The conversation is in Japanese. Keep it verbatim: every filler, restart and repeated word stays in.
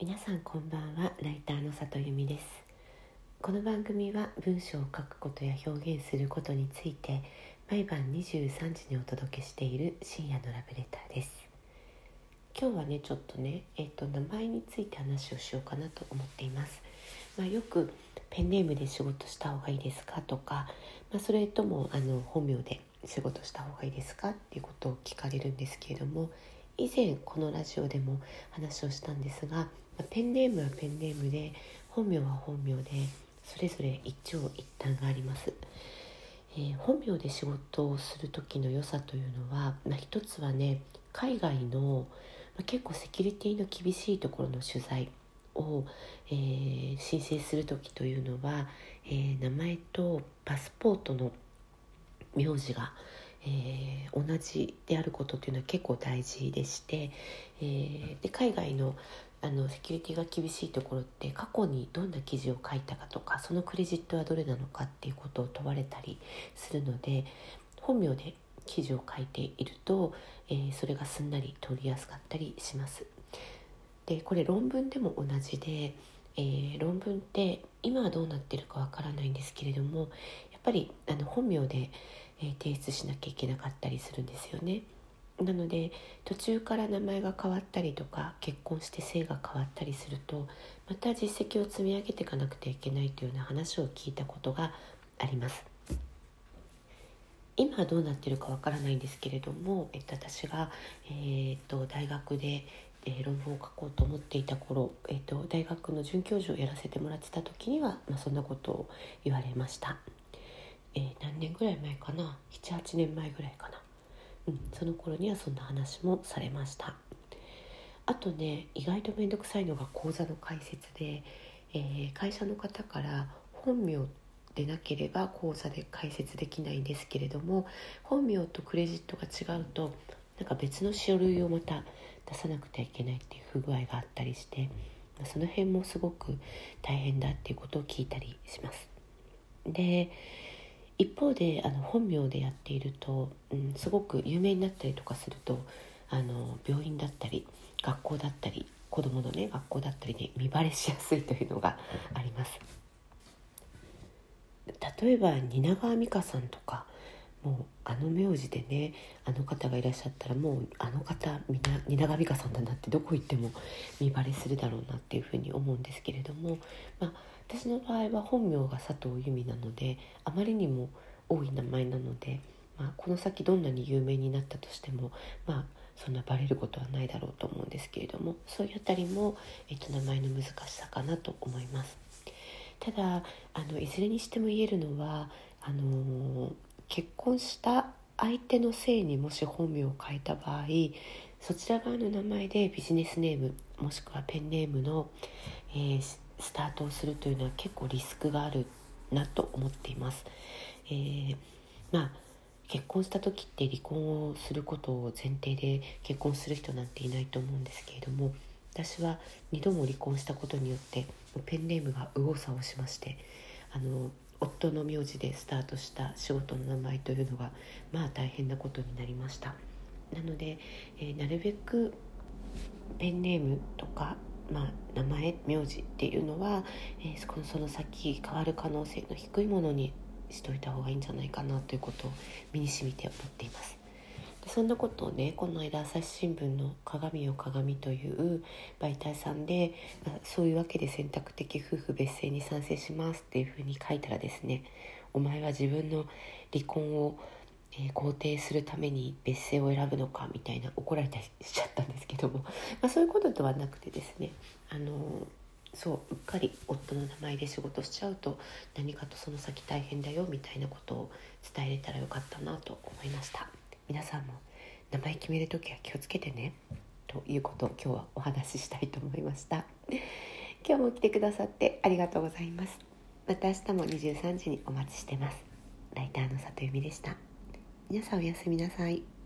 皆さんこんばんは。ライターの里由美です。この番組は文章を書くことや表現することについて毎晩にじゅうさんじにお届けしている深夜のラブレターです。今日はねちょっとね、えっと、名前について話をしようかなと思っています。まあ、よくペンネームで仕事した方がいいですかとか、まあ、それともあの本名で仕事した方がいいですかっていうことを聞かれるんですけれども、以前このラジオでも話をしたんですが、ペンネームはペンネームで本名は本名でそれぞれ一長一短があります。えー、本名で仕事をする時の良さというのは、まあ、一つはね、海外の、まあ、結構セキュリティの厳しいところの取材を、えー、申請する時というのは、えー、名前とパスポートの名字が、えー、同じであることというのは結構大事でして、えー、で海外のあのセキュリティが厳しいところって過去にどんな記事を書いたかとか、そのクレジットはどれなのかっていうことを問われたりするので、本名で記事を書いていると、えー、それがすんなり通りやすかったりします。でこれ論文でも同じで、えー、論文って今はどうなってるかわからないんですけれども、やっぱりあの本名で、えー、提出しなきゃいけなかったりするんですよね。なので途中から名前が変わったりとか、結婚して姓が変わったりすると、また実績を積み上げていかなくてはいけないというような話を聞いたことがあります。今はどうなっているかわからないんですけれども、えっと、私が、えー、っと大学で、えー、論文を書こうと思っていた頃、えー、っと大学の准教授をやらせてもらってた時には、まあ、そんなことを言われました。えー、何年ぐらい前かな、ななはちねんまえぐらいかな、うん、その頃にはそんな話もされました。あとね、意外とめんどくさいのが口座の開設で、えー、会社の方から本名でなければ口座で開設できないんですけれども、本名とクレジットが違うとなんか別の書類をまた出さなくてはいけないっていう不具合があったりして、その辺もすごく大変だっていうことを聞いたりします。で一方であの本名でやっていると、うん、すごく有名になったりとかすると、あの病院だったり学校だったり子どものね学校だったりに見バレしやすいというのがあります。例えば蜷川美香さんとか、もうあの名字でねあの方がいらっしゃったら、もうあの方みんな蜷川美香さんだなってどこ行っても見バレするだろうなっていうふうに思うんですけれども、まあ、私の場合は本名が佐藤由美なので、あまりにも多い名前なので、まあ、この先どんなに有名になったとしても、まあそんなバレることはないだろうと思うんですけれども、そういうあたりも、えっと、名前の難しさかなと思います。ただあのいずれにしても言えるのは、あの結婚した相手の姓にもし本名を変えた場合、そちら側の名前でビジネスネームもしくはペンネームの、えー、スタートをするというのは結構リスクがあるなと思っています。えー、まあ結婚した時って離婚をすることを前提で結婚する人なんていないと思うんですけれども、私はにども離婚したことによってペンネームが右往左往しまして、あの夫の名字でスタートした仕事の名前というのがまあ大変なことになりました。なので、えー、なるべくペンネームとか、まあ、名前名字っていうのは、えー、その先変わる可能性の低いものにしといた方がいいんじゃないかなということを身に染みて思っています。でそんなことをね、この間朝日新聞の鏡よ鏡という媒体さんで、まあ、そういうわけで選択的夫婦別姓に賛成しますっていうふうに書いたらですね、お前は自分の離婚を、えー、肯定するために別姓を選ぶのかみたいな怒られたりしちゃったんですけども、まあ、そういうことではなくてですね、あのーそううっかり夫の名前で仕事しちゃうと何かとその先大変だよみたいなことを伝えれたらよかったなと思いました。皆さんも名前決めるときは気をつけてねということを今日はお話ししたいと思いました。今日も来てくださってありがとうございます。また明日もにじゅうさんじにお待ちしてます。ライターの里由美でした。皆さんおやすみなさい。